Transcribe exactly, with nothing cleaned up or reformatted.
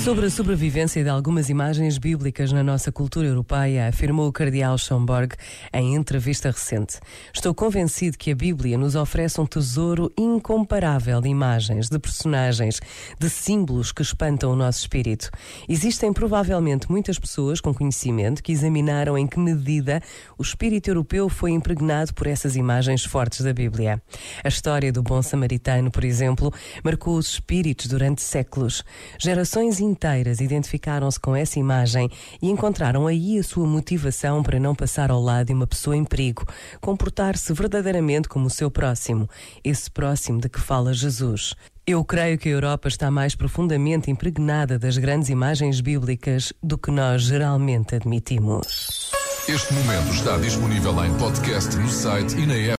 Sobre a sobrevivência de algumas imagens bíblicas na nossa cultura europeia, afirmou o cardeal Schomburg em entrevista recente. Estou convencido que a Bíblia nos oferece um tesouro incomparável de imagens, de personagens, de símbolos que espantam o nosso espírito. Existem provavelmente muitas pessoas com conhecimento que examinaram em que medida o espírito europeu foi impregnado por essas imagens fortes da Bíblia. A história do bom samaritano, por exemplo, marcou os espíritos durante séculos. Gerações inteiras identificaram-se com essa imagem e encontraram aí a sua motivação para não passar ao lado de uma pessoa em perigo, comportar-se verdadeiramente como o seu próximo, esse próximo de que fala Jesus. Eu creio que a Europa está mais profundamente impregnada das grandes imagens bíblicas do que nós geralmente admitimos. Este momento está disponível em podcast no site e na app.